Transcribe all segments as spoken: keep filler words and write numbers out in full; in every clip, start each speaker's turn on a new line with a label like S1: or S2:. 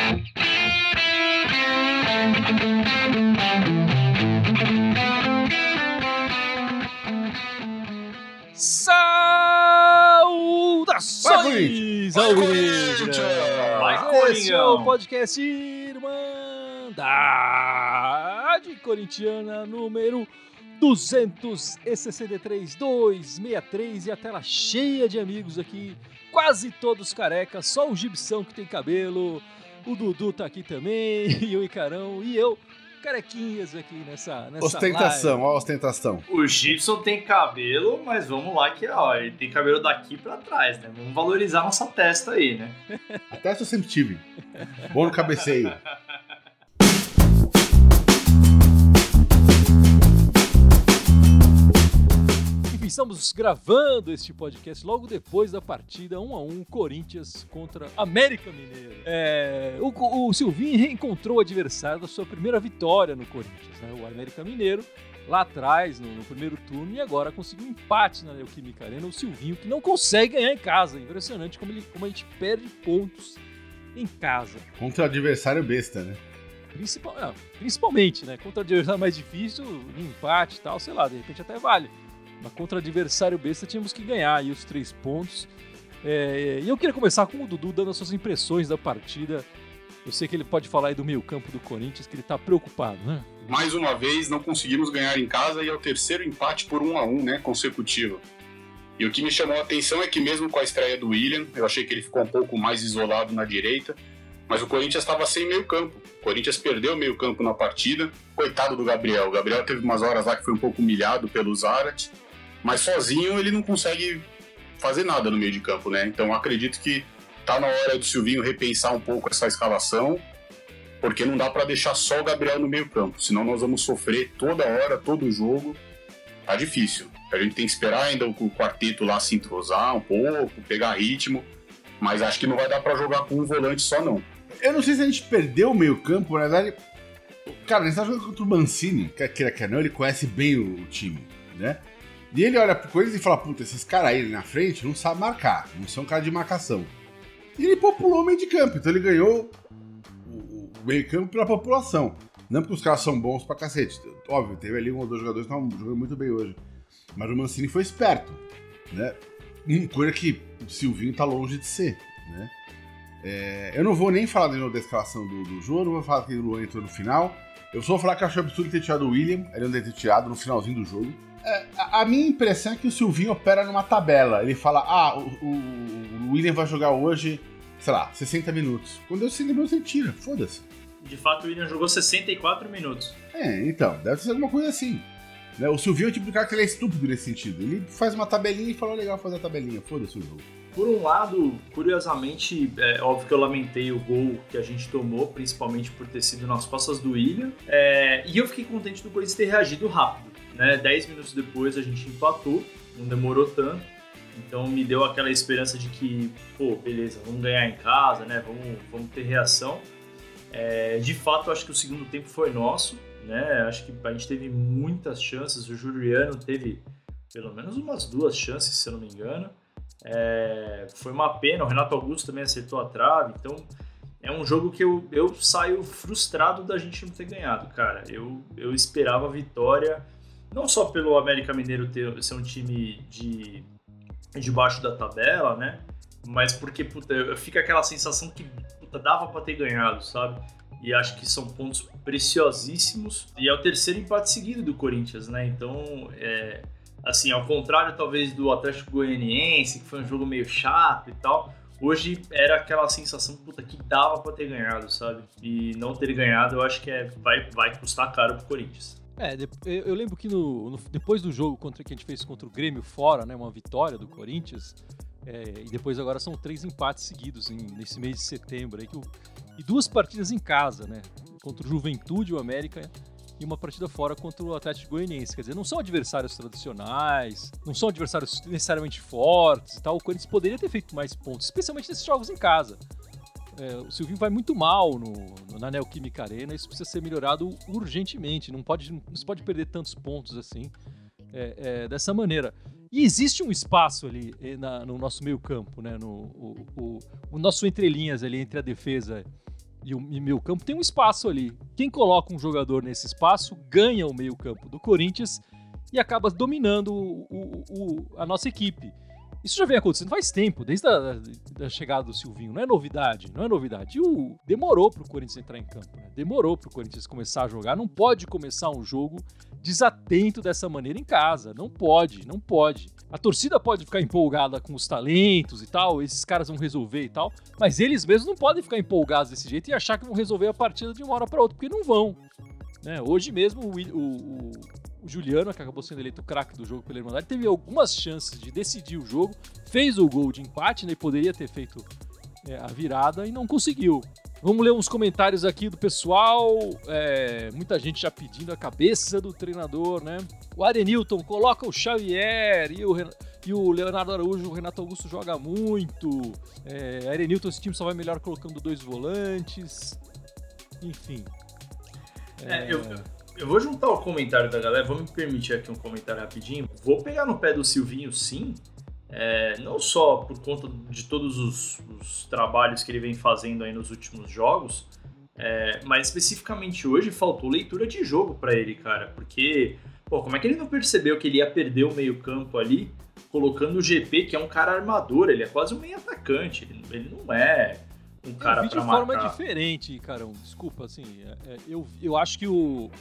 S1: Saudações ao Esse é o podcast Irmandade Corintiana número duzentos e sessenta e três, duzentos e sessenta e três e a tela cheia de amigos aqui, quase todos carecas, só o Gibson que tem cabelo, o Dudu tá aqui também, e o Icarão, e eu, carequinhas aqui nessa, nessa
S2: ostentação,
S1: live.
S2: Ó a ostentação.
S3: O Gibson tem cabelo, mas vamos lá que ó, ele tem cabelo daqui pra trás, né? Vamos valorizar nossa testa aí, né?
S2: A testa eu sempre tive. Bom no cabeceio.
S1: Estamos gravando este podcast logo depois da partida um a um Corinthians contra América Mineiro. É, o, o Silvinho reencontrou o adversário da sua primeira vitória no Corinthians, né? O América Mineiro, lá atrás, no, no primeiro turno, e agora conseguiu um empate na Neoquímica Arena. O Silvinho que não consegue ganhar em casa. Impressionante como, ele, como a gente perde pontos em casa.
S2: Contra o adversário besta, né?
S1: Principal, não, principalmente, né? Contra o adversário mais difícil, um empate e tal, sei lá, de repente até vale. Mas contra o adversário besta tínhamos que ganhar aí os três pontos. É, e eu queria começar com o Dudu dando as suas impressões da partida. Eu sei que ele pode falar aí do meio campo do Corinthians, que ele tá preocupado, né?
S4: Mais uma vez, não conseguimos ganhar em casa e é o terceiro empate por um a um, né, consecutivo. E o que me chamou a atenção é que mesmo com a estreia do William, eu achei que ele ficou um pouco mais isolado na direita, mas o Corinthians estava sem meio campo. O Corinthians perdeu o meio campo na partida. Coitado do Gabriel. O Gabriel teve umas horas lá que foi um pouco humilhado pelo Zarate. Mas sozinho ele não consegue fazer nada no meio de campo, né? Então acredito que tá na hora do Silvinho repensar um pouco essa escalação, porque não dá para deixar só o Gabriel no meio campo, senão nós vamos sofrer toda hora, todo jogo. Tá difícil. A gente tem que esperar ainda o quarteto lá se entrosar um pouco, pegar ritmo, mas acho que não vai dar para jogar com um volante só não.
S2: Eu não sei se a gente perdeu o meio campo, na verdade. Cara, a gente tá jogando contra o Mancini, quer queira, quer não, ele conhece bem o time, né? E ele olha pro Corinthians e fala, puta, esses caras aí na frente não sabem marcar, não são cara de marcação. E ele populou o meio de campo, então ele ganhou o, o meio campo pela população. Não porque os caras são bons pra cacete. Óbvio, teve ali um ou dois jogadores que estavam jogando muito bem hoje. Mas o Mancini foi esperto, né? Coisa que o Silvinho tá longe de ser, né? É, eu não vou nem falar de novo da escalação do, do jogo, não vou falar que o Luan entrou no final. Eu só vou falar que eu achei absurdo ter tirado o William, ele não deve ter tirado no finalzinho do jogo. É, a, a minha impressão é que o Silvinho opera numa tabela. Ele fala, ah, o, o, o William vai jogar hoje, sei lá, sessenta minutos. Quando eu sessenta minutos, ele tira, foda-se.
S3: De fato, o William jogou sessenta e quatro minutos.
S2: É, então, deve ser alguma coisa assim. Né? O Silvinho é o tipo de cara que ele é estúpido nesse sentido. Ele faz uma tabelinha e fala, legal fazer a tabelinha, foda-se o jogo.
S3: Por um lado, curiosamente, é óbvio que eu lamentei o gol que a gente tomou, principalmente por ter sido nas costas do William. É, e eu fiquei contente do Corinthians ter reagido rápido. Né? Dez minutos depois a gente empatou, não demorou tanto. Então me deu aquela esperança de que, pô, beleza, vamos ganhar em casa, né? Vamos, vamos ter reação. É, de fato, acho que o segundo tempo foi nosso, né? Acho que a gente teve muitas chances. O Juliano teve pelo menos umas duas chances, se eu não me engano. É, foi uma pena, o Renato Augusto também acertou a trave, então é um jogo que eu, eu saio frustrado da gente não ter ganhado, cara. Eu, eu esperava a vitória, não só pelo América Mineiro ter, ser um time de, de baixo da tabela, né? Mas porque, puta, fica aquela sensação que, puta, dava pra ter ganhado, sabe? E acho que são pontos preciosíssimos. E é o terceiro empate seguido do Corinthians, né? Então, é... assim, ao contrário talvez do Atlético Goianiense, que foi um jogo meio chato e tal, hoje era aquela sensação, puta, que dava pra ter ganhado, sabe? E não ter ganhado, eu acho que é, vai, vai custar caro pro Corinthians.
S1: É, eu lembro que no, no, depois do jogo contra, que a gente fez contra o Grêmio fora, né, uma vitória do Corinthians, é, e depois agora são três empates seguidos em, nesse mês de setembro, aí, que o, e duas partidas em casa, né, contra o Juventude, o América, e uma partida fora contra o Atlético Goianiense. Quer dizer, não são adversários tradicionais, não são adversários necessariamente fortes e tal. O Corinthians poderia ter feito mais pontos, especialmente nesses jogos em casa. É, o Silvinho vai muito mal no, na Neoquímica Arena, isso precisa ser melhorado urgentemente. Não, pode, não se pode perder tantos pontos assim, é, é, dessa maneira. E existe um espaço ali na, no nosso meio campo, né? No, o, o, o nosso entrelinhas ali entre a defesa E o meio campo tem um espaço ali. Quem coloca um jogador nesse espaço ganha o meio campo do Corinthians e acaba dominando o, o, o, a nossa equipe. Isso já vem acontecendo faz tempo, desde a da chegada do Silvinho. Não é novidade, não é novidade. E o, demorou pro Corinthians entrar em campo, né? Demorou pro Corinthians começar a jogar. Não pode começar um jogo desatento dessa maneira em casa. Não pode, não pode. A torcida pode ficar empolgada com os talentos e tal, esses caras vão resolver e tal, mas eles mesmos não podem ficar empolgados desse jeito e achar que vão resolver a partida de uma hora para outra, porque não vão. Né? Hoje mesmo o, o, o Juliano, que acabou sendo eleito o craque do jogo pela Irmandade, teve algumas chances de decidir o jogo, fez o gol de empate, né, e poderia ter feito é, a virada e não conseguiu. Vamos ler uns comentários aqui do pessoal, é, muita gente já pedindo a cabeça do treinador, né? O Arenilton coloca o Xavier e o, Ren- e o Leonardo Araújo, o Renato Augusto joga muito. É, Arenilton, esse time só vai melhor colocando dois volantes. Enfim.
S3: É, é, eu, eu vou juntar o comentário da galera, vou me permitir aqui um comentário rapidinho. Vou pegar no pé do Silvinho, sim. É, não só por conta de todos os, os trabalhos que ele vem fazendo aí nos últimos jogos, é, mas especificamente hoje faltou leitura de jogo pra ele, cara, porque, pô, como é que ele não percebeu que ele ia perder o meio campo ali, colocando o G P, que é um cara armador, ele é quase um meio atacante, ele, ele não é um cara
S1: eu vi
S3: pra
S1: de
S3: marcar.
S1: forma diferente, Carão, desculpa, assim, é, é, eu, eu acho que o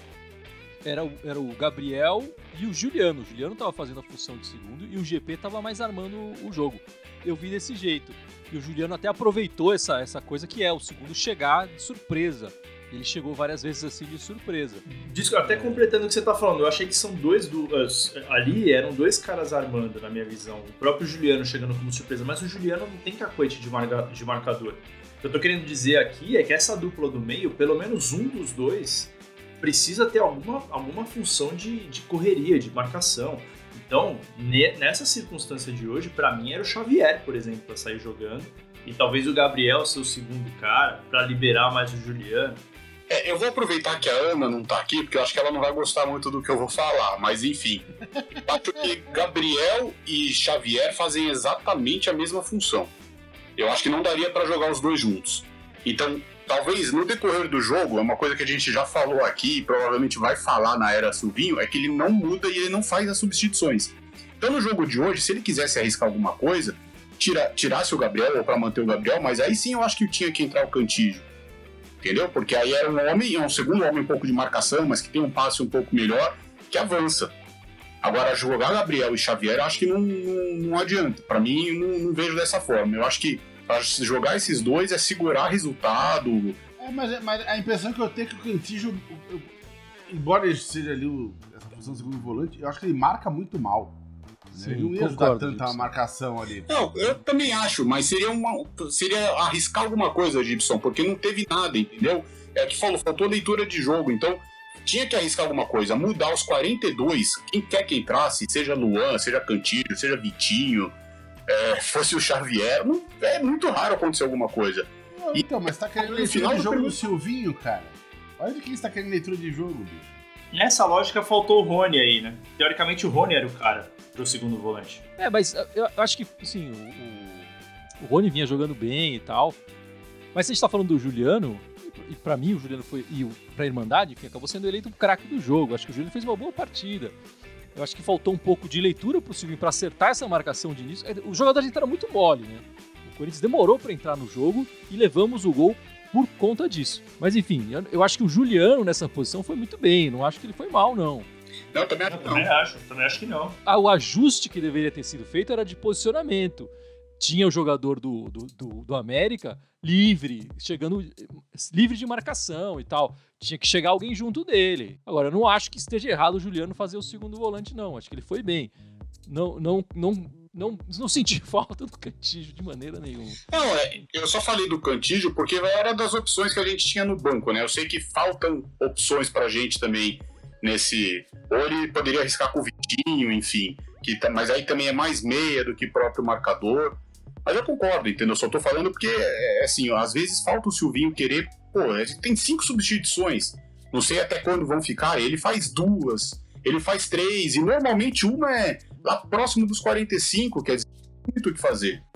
S1: Era o, era o Gabriel e o Juliano. O Juliano tava fazendo a função de segundo e o G P tava mais armando o jogo. Eu vi desse jeito. E o Juliano até aproveitou essa, essa coisa que é o segundo chegar de surpresa. Ele chegou várias vezes assim de surpresa.
S3: Diz, até completando o que você tá falando, eu achei que são dois do, ali eram dois caras armando, na minha visão. O próprio Juliano chegando como surpresa, mas o Juliano não tem cacoete de, marca, de marcador. O que eu tô querendo dizer aqui é que essa dupla do meio, pelo menos um dos dois precisa ter alguma, alguma função de, de correria, de marcação. Então, ne, nessa circunstância de hoje, pra mim era o Xavier, por exemplo, pra sair jogando. E talvez o Gabriel ser o segundo cara, pra liberar mais o Juliano.
S4: É, eu vou aproveitar que a Ana não tá aqui, porque eu acho que ela não vai gostar muito do que eu vou falar, mas enfim. Acho que Gabriel e Xavier fazem exatamente a mesma função. Eu acho que não daria pra jogar os dois juntos. Então, talvez no decorrer do jogo, é uma coisa que a gente já falou aqui e provavelmente vai falar na era Silvinho, é que ele não muda e ele não faz as substituições. Então no jogo de hoje, se ele quisesse arriscar alguma coisa, tira, tirasse o Gabriel ou para manter o Gabriel, mas aí sim eu acho que tinha que entrar o Cantígio. Entendeu? Porque aí era um homem, é um segundo homem um pouco de marcação, mas que tem um passe um pouco melhor, que avança. Agora, jogar Gabriel e Xavier, eu acho que não, não, não adianta. Para mim, não, não vejo dessa forma. Eu acho que para jogar esses dois é segurar resultado.
S2: É, mas, mas a impressão que eu tenho é que o Cantígio, eu, embora ele seja ali o, essa função de segundo volante, eu acho que ele marca muito mal.
S1: Sim,
S2: ele não ia ajudar tanta Gibson. Marcação ali.
S4: Não, eu também acho, mas seria, uma, seria arriscar alguma coisa, Gibson, porque não teve nada, entendeu? É que falou, faltou leitura de jogo, então tinha que arriscar alguma coisa, mudar os quarenta e dois, quem quer que entrasse, seja Luan, seja Cantígio, seja Vitinho, é, fosse o Xavier, não, é muito raro acontecer alguma coisa.
S2: Não, e, então, mas tá querendo leitura final de jogo do, do Silvinho, cara. Olha de quem está querendo leitura de jogo, bicho.
S3: Nessa lógica faltou o Rony aí, né? Teoricamente o Rony era o cara pro segundo volante.
S1: É, mas eu acho que, assim, o, o Rony vinha jogando bem e tal, mas se a gente tá falando do Juliano, e pra mim o Juliano foi, e pra Irmandade, enfim, acabou sendo eleito o craque do jogo. Acho que o Juliano fez uma boa partida. Eu acho que faltou um pouco de leitura pro Silvinho pra acertar essa marcação de início. O jogo da gente era muito mole, né? O Corinthians demorou pra entrar no jogo e levamos o gol por conta disso. Mas enfim, eu acho que o Juliano nessa posição foi muito bem. Não acho que ele foi mal, não.
S4: Não, eu também acho
S3: eu
S4: que não.
S3: Também acho, também acho que não.
S1: Ah, o ajuste que deveria ter sido feito era de posicionamento. Tinha o jogador do, do, do, do América livre, chegando livre de marcação e tal. Tinha que chegar alguém junto dele. Agora, eu não acho que esteja errado o Juliano fazer o segundo volante, não. Acho que ele foi bem. Não, não, não, não, não senti falta do Cantígio de maneira nenhuma.
S4: Não, é, eu só falei do Cantígio porque era das opções que a gente tinha no banco, né? Eu sei que faltam opções pra gente também nesse... Ou ele poderia arriscar com o Vitinho, enfim. Que, mas aí também é mais meia do que próprio marcador. Mas eu concordo, entendeu? Eu só tô falando porque, é, assim, ó, às vezes falta o Silvinho querer... Pô, tem cinco substituições. Não sei até quando vão ficar. Ele faz duas, ele faz três. E normalmente uma é lá próximo dos quarenta e cinco, quer dizer, muito o que fazer.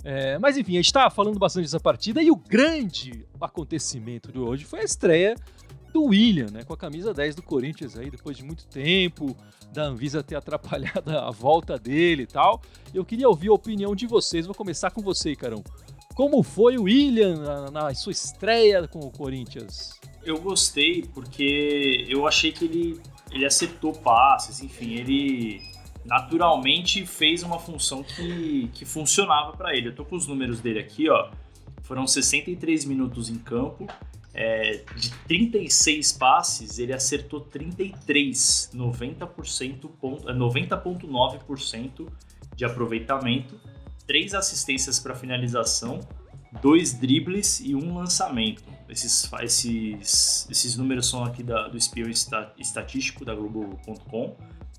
S1: É, mas enfim, a gente tá falando bastante dessa partida e o grande acontecimento de hoje foi a estreia do William, né, com a camisa dez do Corinthians aí, depois de muito tempo, da Anvisa ter atrapalhado a volta dele e tal. Eu queria ouvir a opinião de vocês, vou começar com você, Carão. Como foi o William na, na sua estreia com o Corinthians?
S3: Eu gostei porque eu achei que ele, ele acertou passes, enfim, ele naturalmente fez uma função que, que funcionava para ele. Eu tô com os números dele aqui, ó. Foram sessenta e três minutos em campo. É, de trinta e seis passes, ele acertou trinta e três, noventa por cento, noventa vírgula nove por cento de aproveitamento, três assistências para finalização, dois dribles e um lançamento. Esses, esses, esses números são aqui da, do espião estatístico da Globo ponto com.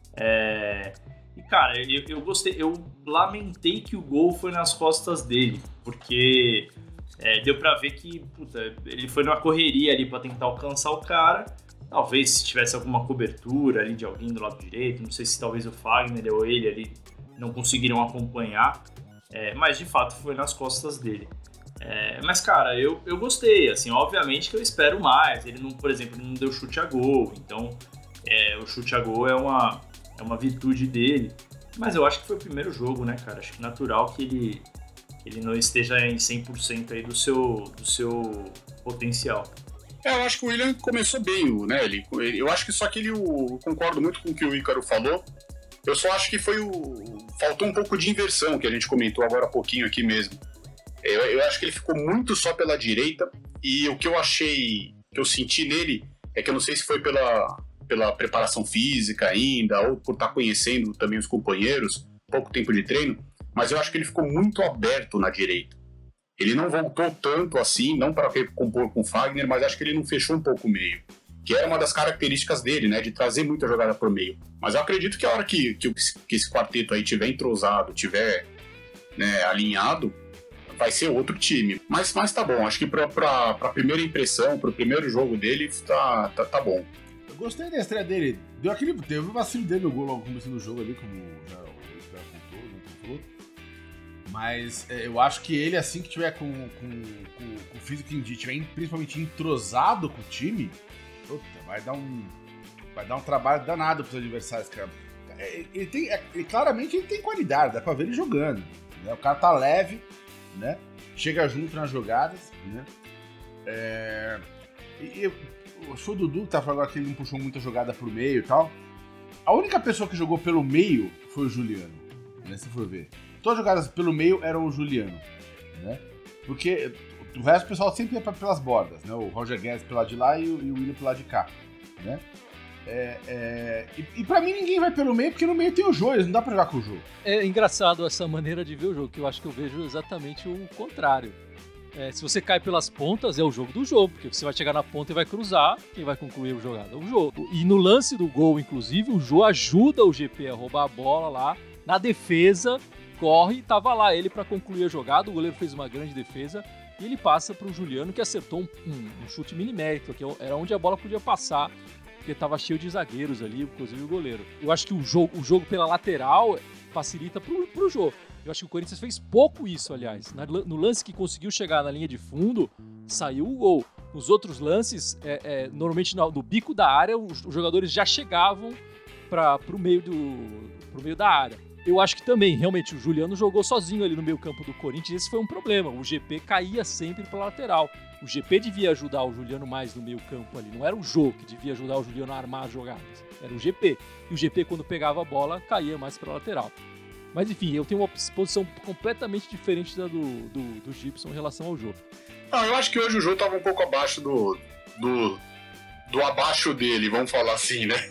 S3: É, e cara, eu, eu gostei, eu lamentei que o gol foi nas costas dele, porque É, deu pra ver que, puta, ele foi numa correria ali pra tentar alcançar o cara. Talvez se tivesse alguma cobertura ali de alguém do lado direito, não sei se talvez o Fagner ou ele ali não conseguiram acompanhar, é, mas de fato foi nas costas dele. É, mas cara, eu, eu gostei, assim, obviamente que eu espero mais. Ele não, por exemplo, ele não deu chute a gol, então é, o chute a gol é uma, é uma virtude dele. Mas eu acho que foi o primeiro jogo, né, cara? Acho que natural que ele ele não esteja em cem por cento aí do seu, do seu potencial.
S4: É, eu acho que o William começou bem, né? Ele, eu acho que só que ele, eu concordo muito com o que o Ícaro falou. Eu só acho que foi o... faltou um pouco de inversão, que a gente comentou agora há pouquinho aqui mesmo. Eu, eu acho que ele ficou muito só pela direita, e o que eu achei, que eu senti nele, é que eu não sei se foi pela, pela preparação física ainda, ou por estar conhecendo também os companheiros, pouco tempo de treino, mas eu acho que ele ficou muito aberto na direita. Ele não voltou tanto assim, não para compor com o Fagner, mas acho que ele não fechou um pouco o meio, que era uma das características dele, né, de trazer muita jogada para o meio. Mas eu acredito que a hora que, que, que esse quarteto aí tiver entrosado, tiver, né, alinhado, vai ser outro time. Mas, mas tá bom, acho que para a primeira impressão, para o primeiro jogo dele, tá, tá, tá bom.
S2: Eu gostei da estreia dele. Deu aquele, teve um vacilo dele no gol logo no começo do jogo ali, como já o já contou, já contou. Mas é, eu acho que ele, assim que tiver com, com, com, com o físico em dia, tiver principalmente entrosado com o time, puta, vai dar um vai dar um trabalho danado pros adversários, cara. Ele tem, ele, claramente ele tem qualidade, dá pra ver ele jogando, né? O cara tá leve, né? Chega junto nas jogadas, né? É, e, e, o show do Dudu que tá falando agora que ele não puxou muita jogada pro meio e tal. A única pessoa que jogou pelo meio foi o Juliano, né? Se for ver. Todas as jogadas pelo meio eram o Juliano, né? Porque o resto do pessoal sempre ia pelas bordas, né? O Roger Guedes pelo lado de lá e o, e o William pelo lado de cá, né? É, é... E, e pra mim ninguém vai pelo meio, porque no meio tem o Jô, não dá pra jogar com o Jô.
S1: É engraçado essa maneira de ver o jogo, que eu acho que eu vejo exatamente o contrário. É, se você cai pelas pontas, é o jogo do jogo, porque você vai chegar na ponta e vai cruzar, quem vai concluir a jogada? O Jô. E no lance do gol, inclusive, o Jô ajuda o G P a roubar a bola lá, na defesa, corre, tava lá ele para concluir a jogada, o goleiro fez uma grande defesa, e ele passa pro Juliano, que acertou um, um, um chute milimétrico, que era onde a bola podia passar, porque tava cheio de zagueiros ali, inclusive o goleiro. Eu acho que o jogo, o jogo pela lateral facilita pro, pro jogo. Eu acho que o Corinthians fez pouco isso, aliás. No lance que conseguiu chegar na linha de fundo, saiu o gol. Nos outros lances, é, é, normalmente no, no bico da área, os, os jogadores já chegavam para pro meio do, pro meio da área. Eu acho que também, realmente, o Juliano jogou sozinho ali no meio campo do Corinthians, esse foi um problema. O G P caía sempre pela lateral. O G P devia ajudar o Juliano mais no meio campo ali. Não era o Jô que devia ajudar o Juliano a armar as jogadas. Era o G P. E o G P, quando pegava a bola, caía mais para a lateral. Mas enfim, eu tenho uma posição completamente diferente da do, do, do Gibson em relação ao Jô.
S4: Não, eu acho que hoje o Jô estava um pouco abaixo do, do, do abaixo dele, vamos falar assim, né?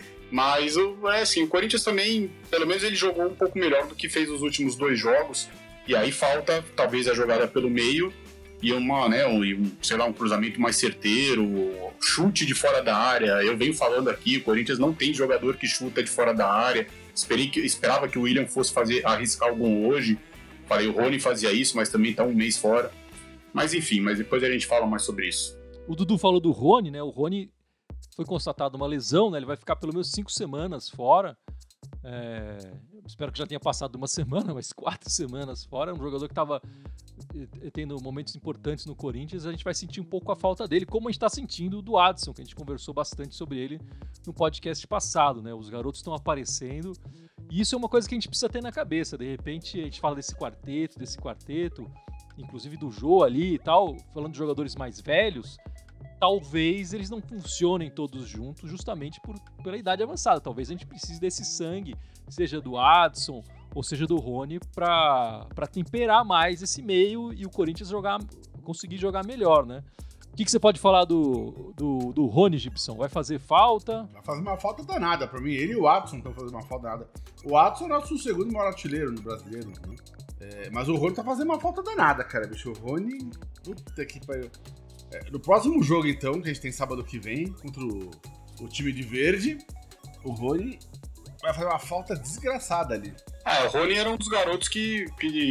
S4: Mas é assim, o Corinthians também, pelo menos ele jogou um pouco melhor do que fez os últimos dois jogos. E aí falta talvez a jogada pelo meio e uma, né, um, sei lá, um cruzamento mais certeiro, chute de fora da área. Eu venho falando aqui, o Corinthians não tem jogador que chuta de fora da área. Esperei que, esperava que o William fosse fazer, arriscar algum hoje. Falei, o Rony fazia isso, mas também tá um mês fora. Mas enfim, mas depois a gente fala mais sobre isso.
S1: O Dudu falou do Rony, né? O Rony foi constatada uma lesão, né? Ele vai ficar pelo menos cinco semanas fora. É, espero que já tenha passado uma semana, mas quatro semanas fora. É um jogador que estava tendo momentos importantes no Corinthians. A gente vai sentir um pouco a falta dele, como a gente está sentindo do Adson, que a gente conversou bastante sobre ele no podcast passado, né? Os garotos estão aparecendo e isso é uma coisa que a gente precisa ter na cabeça. De repente a gente fala desse quarteto, desse quarteto, inclusive do Jô ali e tal, falando de jogadores mais velhos. Talvez eles não funcionem todos juntos justamente por, pela idade avançada. Talvez a gente precise desse sangue, seja do Adson ou seja do Rony, para temperar mais esse meio e o Corinthians jogar, conseguir jogar melhor, né? O que, que você pode falar do, do, do Rony, Gibson? Vai fazer falta?
S2: Vai fazer uma falta danada pra mim. Ele e o Adson estão fazendo uma falta danada. O Adson é o nosso segundo maior artilheiro no brasileiro, né? É, mas o Rony tá fazendo uma falta danada, cara, bicho. O Rony, puta que pariu. É, no próximo jogo, então, que a gente tem sábado que vem, contra o, o time de verde, o Rony vai fazer uma falta desgraçada ali.
S4: Ah, o Rony era um dos garotos que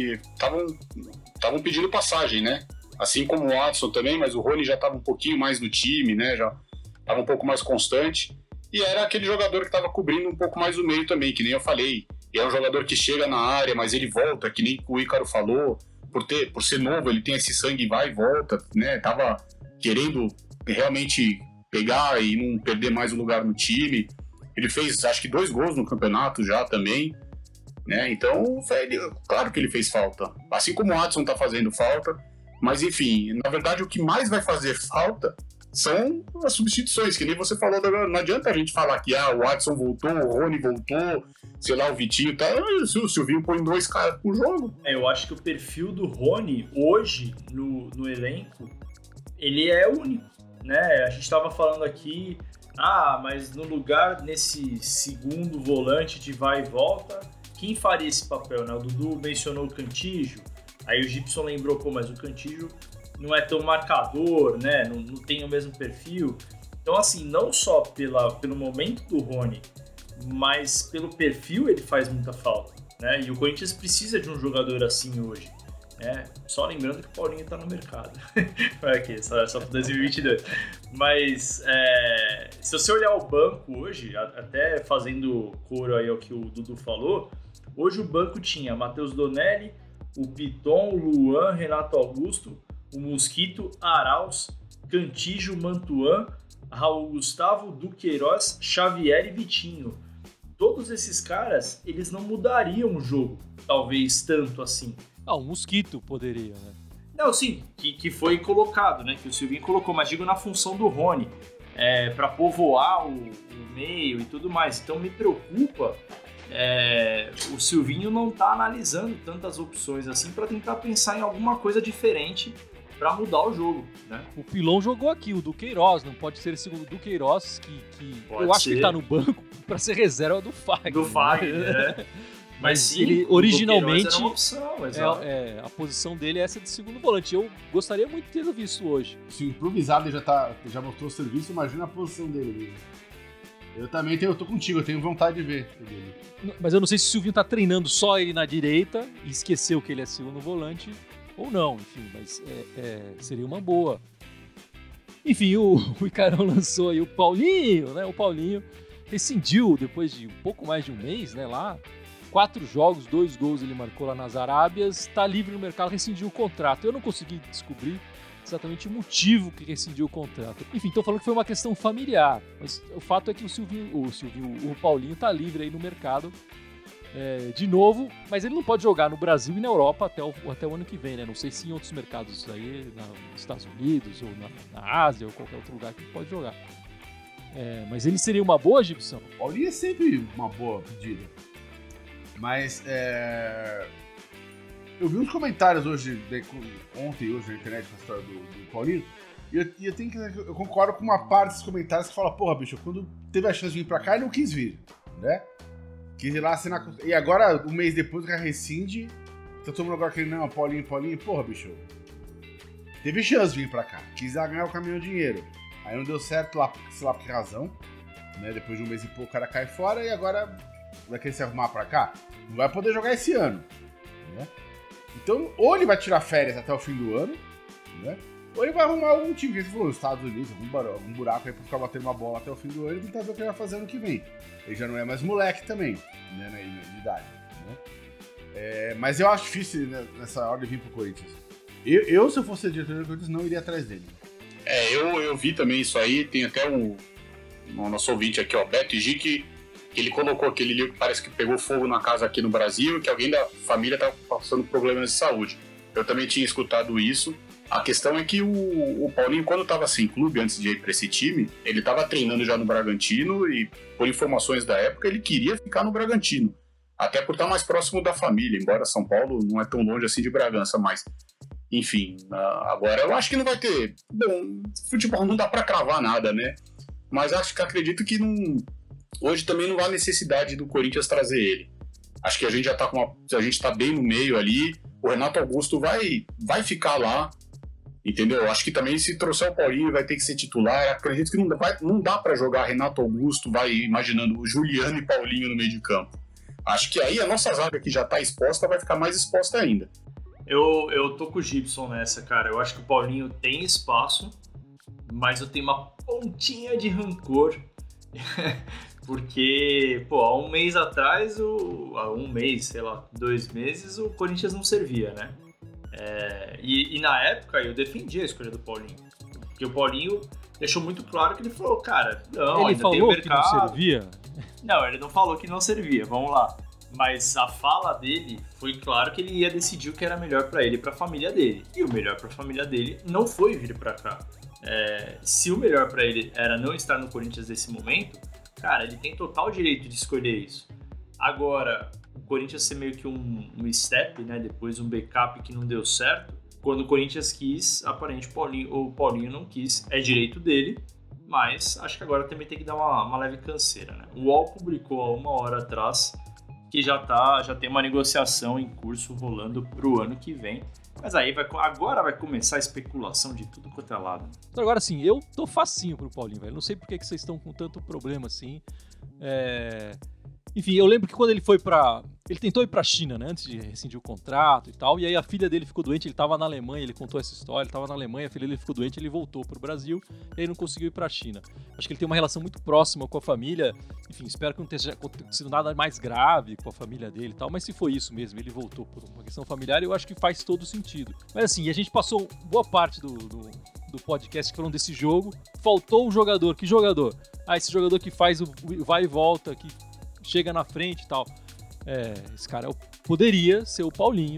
S4: estavam pedindo passagem, né? Assim como o Adson também, mas o Rony já estava um pouquinho mais no time, né? Já estava um pouco mais constante. E era aquele jogador que estava cobrindo um pouco mais o meio também, que nem eu falei. E é um jogador que chega na área, mas ele volta, que nem o Ícaro falou. Por, ter, por ser novo, ele tem esse sangue, vai e volta, né? Tava querendo realmente pegar e não perder mais o lugar no time. Ele fez, acho que, dois gols no campeonato já também, né? Então, ele, claro que ele fez falta. Assim como o Adson tá fazendo falta. Mas, enfim, na verdade, o que mais vai fazer falta são as substituições, que nem você falou. Não adianta a gente falar que ah, o Adson voltou, o Rony voltou, sei lá, o Vitinho tá. O Silvinho põe dois caras pro jogo.
S3: É, eu acho que o perfil do Rony, hoje, no, no elenco, ele é único, né? A gente tava falando aqui, ah, mas no lugar, nesse segundo volante de vai e volta, quem faria esse papel, né? O Dudu mencionou o Cantillo, aí o Gibson lembrou, pô, mas o Cantillo não é tão marcador, né? Não, não tem o mesmo perfil. Então, assim, não só pela, pelo momento do Rony, mas pelo perfil ele faz muita falta, né? E o Corinthians precisa de um jogador assim hoje. É, só lembrando que o Paulinho tá no mercado. Aqui, só, só para dois mil e vinte e dois. Mas é, se você olhar o banco hoje, até fazendo coro aí ao que o Dudu falou, hoje o banco tinha Matheus Donelli, o Piton, o Luan, Renato Augusto, o Mosquito, Arauz, Cantillo, Mantuan, Raul Gustavo, Duqueiroz, Xavier e Vitinho. Todos esses caras, eles não mudariam o jogo, talvez tanto assim.
S1: Ah, o Mosquito poderia, né?
S3: Não, sim, que, que foi colocado, né? Que o Silvinho colocou, mas digo na função do Rony, é, para povoar o, o meio e tudo mais. Então me preocupa é, o Silvinho não tá analisando tantas opções assim para tentar pensar em alguma coisa diferente para mudar o jogo, né?
S1: O Pilon jogou aqui, o Duqueiroz, não pode ser esse Duqueiroz que, que eu acho
S3: ser.
S1: que ele tá no banco para ser reserva do Fagner.
S3: Do Fagner, né?
S1: Mas, Mas sim, ele originalmente era uma opção, é, é, a posição dele é essa de segundo volante. Eu gostaria muito de ter visto hoje.
S2: Se o improvisado já, tá, já mostrou o serviço, imagina a posição dele. Eu também tenho, eu tô contigo, eu tenho vontade de ver.
S1: Mas eu não sei se o Silvinho tá treinando só ele na direita e esqueceu que ele é segundo volante ou não, enfim, mas é, é, seria uma boa. Enfim, o, o Icarão lançou aí o Paulinho, né? O Paulinho rescindiu depois de um pouco mais de um mês, né, lá. Quatro jogos, dois gols ele marcou lá nas Arábias, está livre no mercado, rescindiu o contrato. Eu não consegui descobrir exatamente o motivo que rescindiu o contrato. Enfim, estou falando que foi uma questão familiar, mas o fato é que o Silvinho, o, Silvinho, o Paulinho está livre aí no mercado é, de novo, mas ele não pode jogar no Brasil e na Europa até o, até o ano que vem, né? Não sei se em outros mercados aí, na, nos Estados Unidos ou na, na Ásia ou qualquer outro lugar que ele pode jogar. É, mas ele seria uma boa, Gibson?
S2: O Paulinho é sempre uma boa pedida. Mas, é... eu vi uns comentários hoje, ontem e hoje na internet, com a história do, do Paulinho, e eu, e eu, tenho que, eu concordo com uma parte desses comentários que fala, porra, bicho, quando teve a chance de vir pra cá, ele não quis vir, né? Quis ir lá assinar... E agora, um mês depois, o cara rescinde, tá todo mundo agora querendo, não, Paulinho, Paulinho, porra, bicho. Teve chance de vir pra cá, quis ganhar o caminhão de dinheiro. Aí não deu certo, lá, sei lá por que razão, né? Depois de um mês e pouco, o cara cai fora e agora... vai querer se arrumar pra cá, não vai poder jogar esse ano, né? Então, ou ele vai tirar férias até o fim do ano, né? ou ele vai arrumar algum time, que você falou, nos Estados Unidos, algum buraco, algum buraco aí pra ficar batendo uma bola até o fim do ano e tentar ver o que ele vai fazer ano que vem. Ele já não é mais moleque também, né, na, de idade. Né? É, mas eu acho difícil né, nessa hora de vir pro Corinthians. Eu, eu, se eu fosse diretor do Corinthians, não iria atrás dele.
S4: É, eu, eu vi também isso aí, tem até um, um nosso ouvinte aqui, ó, Beto G, que ele colocou aquele livro que parece que pegou fogo na casa aqui no Brasil, que alguém da família tá passando problemas de saúde. Eu também tinha escutado isso. A questão é que o, o Paulinho, quando estava sem clube, antes de ir para esse time, ele estava treinando já no Bragantino e, por informações da época, ele queria ficar no Bragantino. Até por estar mais próximo da família, embora São Paulo não é tão longe assim de Bragança, mas... Enfim, agora eu acho que não vai ter... Bom, futebol não dá para cravar nada, né? Mas acho que acredito que não, hoje também não há necessidade do Corinthians trazer ele. Acho que a gente já tá com uma, a gente tá bem no meio ali. O Renato Augusto vai, vai ficar lá, entendeu? Acho que também se trouxer o Paulinho vai ter que ser titular. Acredito que não dá, vai, não dá para jogar Renato Augusto, vai imaginando o Juliano e Paulinho no meio de campo. Acho que aí a nossa zaga que já tá exposta vai ficar mais exposta ainda.
S3: Eu, eu tô com o Gibson nessa, cara. Eu acho que o Paulinho tem espaço, mas eu tenho uma pontinha de rancor. Porque, pô, há um mês atrás, o, há um mês, sei lá, dois meses, o Corinthians não servia, né? É, e, e na época eu defendi a escolha do Paulinho. Porque o Paulinho deixou muito claro que ele falou, cara, não,
S1: ele
S3: ainda
S1: falou
S3: tem o mercado.
S1: Que não servia?
S3: Não, ele não falou que não servia, vamos lá. Mas a fala dele foi claro que ele ia decidir o que era melhor pra ele e pra família dele. E o melhor pra família dele não foi vir pra cá. É, se o melhor pra ele era não estar no Corinthians nesse momento, cara, ele tem total direito de escolher isso. Agora, o Corinthians ser meio que um, um step, né? Depois um backup que não deu certo. Quando o Corinthians quis, aparentemente o Paulinho, o Paulinho não quis. É direito dele, mas acho que agora também tem que dar uma, uma leve canseira, né? O U O L publicou há uma hora atrás que já, tá, já tem uma negociação em curso rolando pro ano que vem. Mas aí vai, agora vai começar a especulação de tudo quanto é lado.
S1: Então, agora sim, eu tô facinho pro Paulinho, velho. Não sei por que que vocês estão com tanto problema assim. É... Enfim, eu lembro que quando ele foi pra... Ele tentou ir pra China, né? Antes de rescindir o contrato e tal. E aí a filha dele ficou doente, ele tava na Alemanha, ele contou essa história, ele tava na Alemanha, a filha dele ficou doente, ele voltou pro Brasil e aí não conseguiu ir pra China. Acho que ele tem uma relação muito próxima com a família. Enfim, espero que não tenha acontecido nada mais grave com a família dele e tal. Mas se foi isso mesmo, ele voltou por uma questão familiar, eu acho que faz todo sentido. Mas assim, a gente passou boa parte do... do... do podcast falando desse jogo, faltou um jogador, que jogador? Ah, esse jogador que faz o vai e volta, que chega na frente e tal. É, esse cara poderia ser o Paulinho,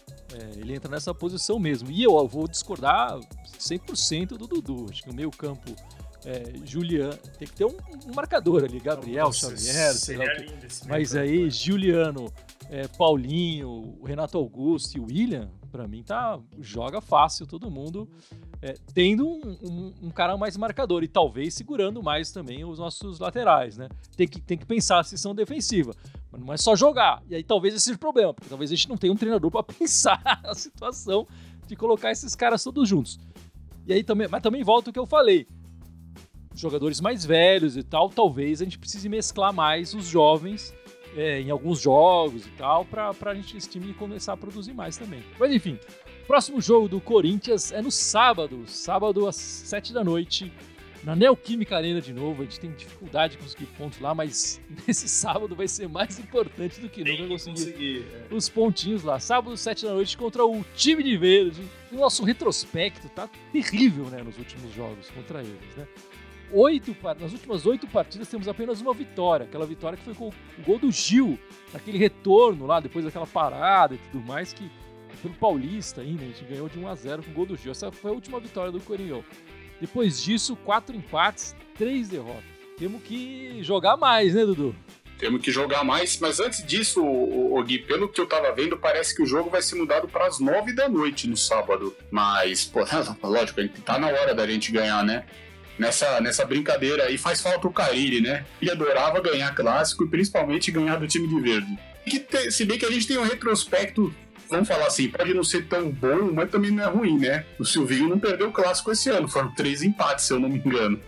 S1: é, ele entra nessa posição mesmo. E eu vou discordar cem por cento do Dudu, acho que no meio campo, é, Juliano, tem que ter um, um marcador ali, Gabriel,
S3: Nossa,
S1: Xavier, sei lá o que. Mas aí,
S3: campo,
S1: Juliano, é, Paulinho, o Renato Augusto e o William, pra mim tá, joga fácil todo mundo, é, tendo um, um, um cara mais marcador e talvez segurando mais também os nossos laterais, né? Tem que, tem que pensar se são defensiva, mas não é só jogar. E aí talvez esse seja o problema, porque talvez a gente não tenha um treinador pra pensar a situação de colocar esses caras todos juntos. E aí também, mas também volta o que eu falei. Jogadores mais velhos e tal, talvez a gente precise mesclar mais os jovens É, em alguns jogos e tal, pra, pra gente, esse time começar a produzir mais também. Mas enfim, próximo jogo do Corinthians é no sábado, sábado às sete da noite, na Neoquímica Arena de novo. A gente tem dificuldade de conseguir pontos lá, mas nesse sábado vai ser mais importante do que
S3: tem
S1: nunca
S3: que
S1: conseguir,
S3: conseguir é.
S1: os pontinhos lá. Sábado, sete da noite, contra o time de verde. O nosso retrospecto tá terrível, né, nos últimos jogos contra eles, né? Oito, nas últimas oito partidas temos apenas uma vitória, aquela vitória que foi com o gol do Gil, naquele retorno lá, depois daquela parada e tudo mais, que pelo Paulista ainda, a gente ganhou de um a zero com o gol do Gil. Essa foi a última vitória do Coringão. Depois disso, quatro empates, três derrotas. Temos que jogar mais, né, Dudu?
S4: Temos que jogar mais, mas antes disso, o, o Gui, pelo que eu tava vendo, parece que o jogo vai ser mudado para as nove da noite no sábado. Mas, pô, lógico, tá na hora da gente ganhar, né? Nessa, nessa brincadeira aí faz falta o Carille, né? Ele adorava ganhar clássico e principalmente ganhar do time de verde. Que te, se bem que a gente tem um retrospecto, vamos falar assim, pode não ser tão bom, mas também não é ruim, né? O Silvinho não perdeu o clássico esse ano, foram três empates, se eu não me engano.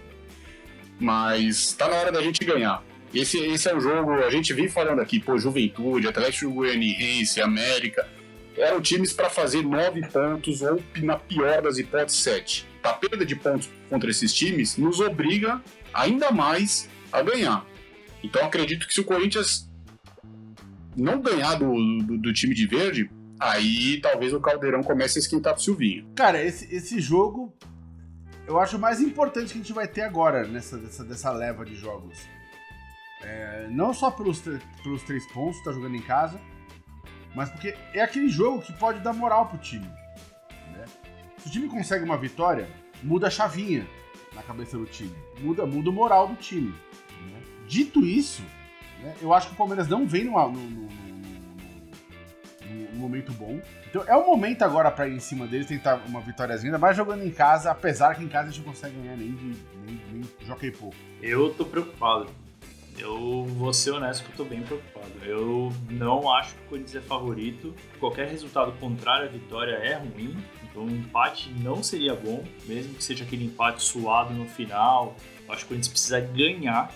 S4: Mas tá na hora da gente ganhar. Esse, esse é um jogo, a gente vem falando aqui, pô, Juventude, Atlético Goianiense, América. eram times para fazer nove pontos ou, na pior das hipóteses, sete. A perda de pontos contra esses times nos obriga ainda mais a ganhar. Então acredito que se o Corinthians não ganhar do, do, do time de verde, aí talvez o Caldeirão comece a esquentar pro Silvinho.
S2: Cara, esse, esse jogo eu acho o mais importante que a gente vai ter agora nessa dessa, dessa leva de jogos. É, não só pelos, pelos três pontos que tá jogando em casa, mas porque é aquele jogo que pode dar moral pro time. Né? Se o time consegue uma vitória, muda a chavinha na cabeça do time. Muda, muda o moral do time. Né? Dito isso, né, eu acho que o Palmeiras não vem numa, no, no, no, no momento bom. Então é o momento agora pra ir em cima deles, tentar uma vitóriazinha, ainda mais jogando em casa, apesar que em casa a gente não consegue ganhar nem de nem, nem jockey pouco.
S3: Eu tô preocupado. Eu vou ser honesto que eu tô bem preocupado. Eu não acho que o Corinthians é favorito. Qualquer resultado contrário à vitória é ruim. Então um empate não seria bom, mesmo que seja aquele empate suado no final. Eu acho que o Corinthians precisa ganhar.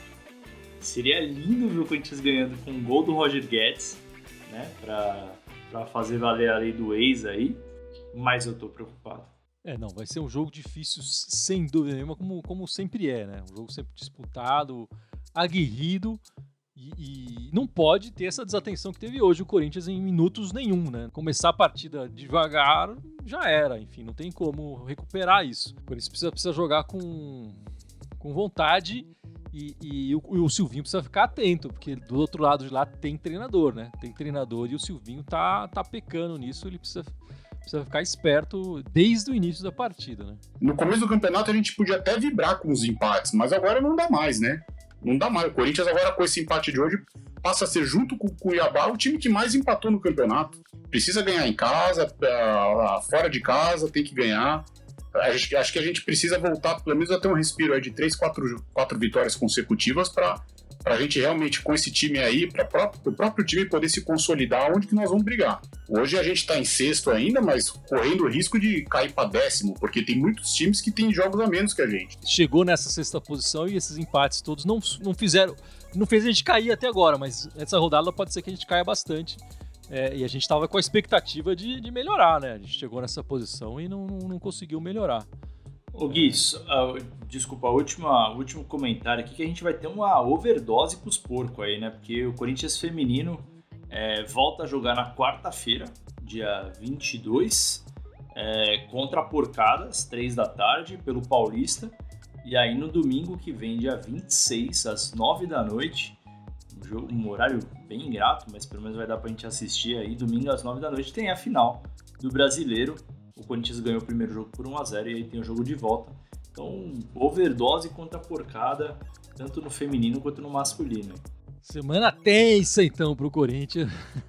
S3: Seria lindo ver o Corinthians ganhando com um gol do Roger Guedes, né? Pra, pra fazer valer a lei do ex aí. Mas eu tô preocupado.
S1: É, não, vai ser um jogo difícil, sem dúvida nenhuma, como, como sempre é, né? Um jogo sempre disputado, aguerrido, e, e não pode ter essa desatenção que teve hoje o Corinthians em minutos nenhum, né? Começar a partida devagar já era, enfim, não tem como recuperar isso. O Corinthians precisa, precisa jogar com, com vontade e, e, o, e o Silvinho precisa ficar atento, porque do outro lado de lá tem treinador, né? Tem treinador e o Silvinho tá, tá pecando nisso, ele precisa... Precisa ficar esperto desde o início da partida, né?
S4: No começo do campeonato a gente podia até vibrar com os empates, mas agora não dá mais, né? Não dá mais. O Corinthians agora com esse empate de hoje passa a ser, junto com o Cuiabá, o time que mais empatou no campeonato. Precisa ganhar em casa, fora de casa, tem que ganhar. Acho que a gente precisa voltar, pelo menos a ter um respiro aí de três, quatro, quatro vitórias consecutivas para a gente realmente, com esse time aí, para o próprio time poder se consolidar onde que nós vamos brigar. Hoje a gente está em sexto ainda, mas correndo o risco de cair para décimo, porque tem muitos times que têm jogos a menos que a gente.
S1: Chegou nessa sexta posição e esses empates todos não, não fizeram, não fez a gente cair até agora, mas essa rodada pode ser que a gente caia bastante. É, e a gente estava com a expectativa de, de melhorar, né? A gente chegou nessa posição e não, não, não conseguiu melhorar.
S3: Ô Gui, uh, desculpa, o último, último comentário aqui, que a gente vai ter uma overdose pros porcos aí, né? Porque o Corinthians feminino é, volta a jogar na quarta-feira, dia vinte e dois, é, contra a Porcadas, três da tarde, pelo Paulista. E aí no domingo que vem, dia vinte e seis, às nove da noite, um, jogo, um horário bem ingrato, mas pelo menos vai dar pra gente assistir aí, domingo às nove da noite, tem a final do Brasileiro. O Corinthians ganhou o primeiro jogo por um a zero e aí tem o jogo de volta. Então, overdose contra a porcada, tanto no feminino quanto no masculino.
S1: Semana tensa, então, pro Corinthians.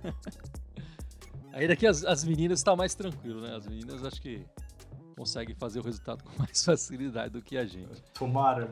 S1: Aí daqui as, as meninas tá mais tranquilo, né? As meninas acho que conseguem fazer o resultado com mais facilidade do que a gente.
S3: Tomara.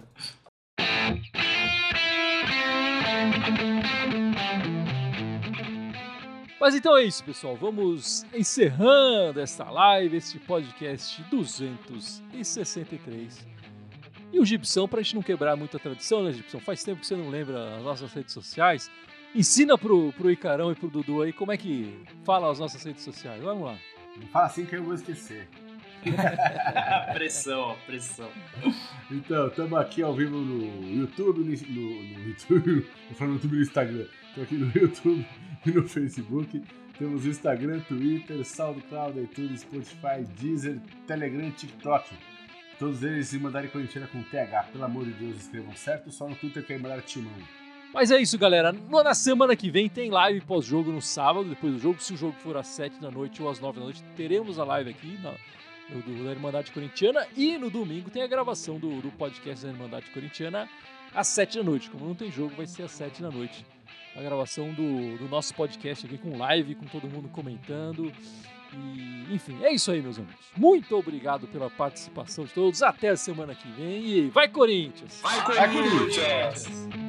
S1: Mas então é isso, pessoal. Vamos encerrando esta live, este podcast duzentos e sessenta e três. E o Gibson, pra gente não quebrar muita tradição, né, Gibson? Faz tempo que você não lembra as nossas redes sociais. Ensina pro, pro Icarão e pro Dudu aí como é que fala as nossas redes sociais. Vamos lá.
S2: Não fala assim que eu vou esquecer.
S3: Pressão, pressão.
S2: Então, estamos aqui ao vivo no YouTube, no, no, no YouTube, eu falo no YouTube e no Instagram. Estamos aqui no YouTube e no Facebook. Temos o Instagram, Twitter, SoundCloud, iTunes, Spotify, Deezer, Telegram, TikTok. Todos eles se mandarem corintiana com T H. Pelo amor de Deus, escrevam certo. Só no Twitter que aí mandaram timão.
S1: Mas é isso, galera. Na semana que vem tem live pós-jogo no sábado, depois do jogo. Se o jogo for às sete da noite ou às nove da noite, teremos a live aqui na, do, da Irmandade Corintiana. E no domingo tem a gravação do, do podcast da Irmandade Corintiana às sete da noite. Como não tem jogo, vai ser às sete da noite. A gravação do, do nosso podcast aqui com live, com todo mundo comentando. E, enfim, é isso aí, meus amigos. Muito obrigado pela participação de todos. Até a semana que vem e vai, Corinthians!
S4: Vai, Corinthians! Vai, Corinthians!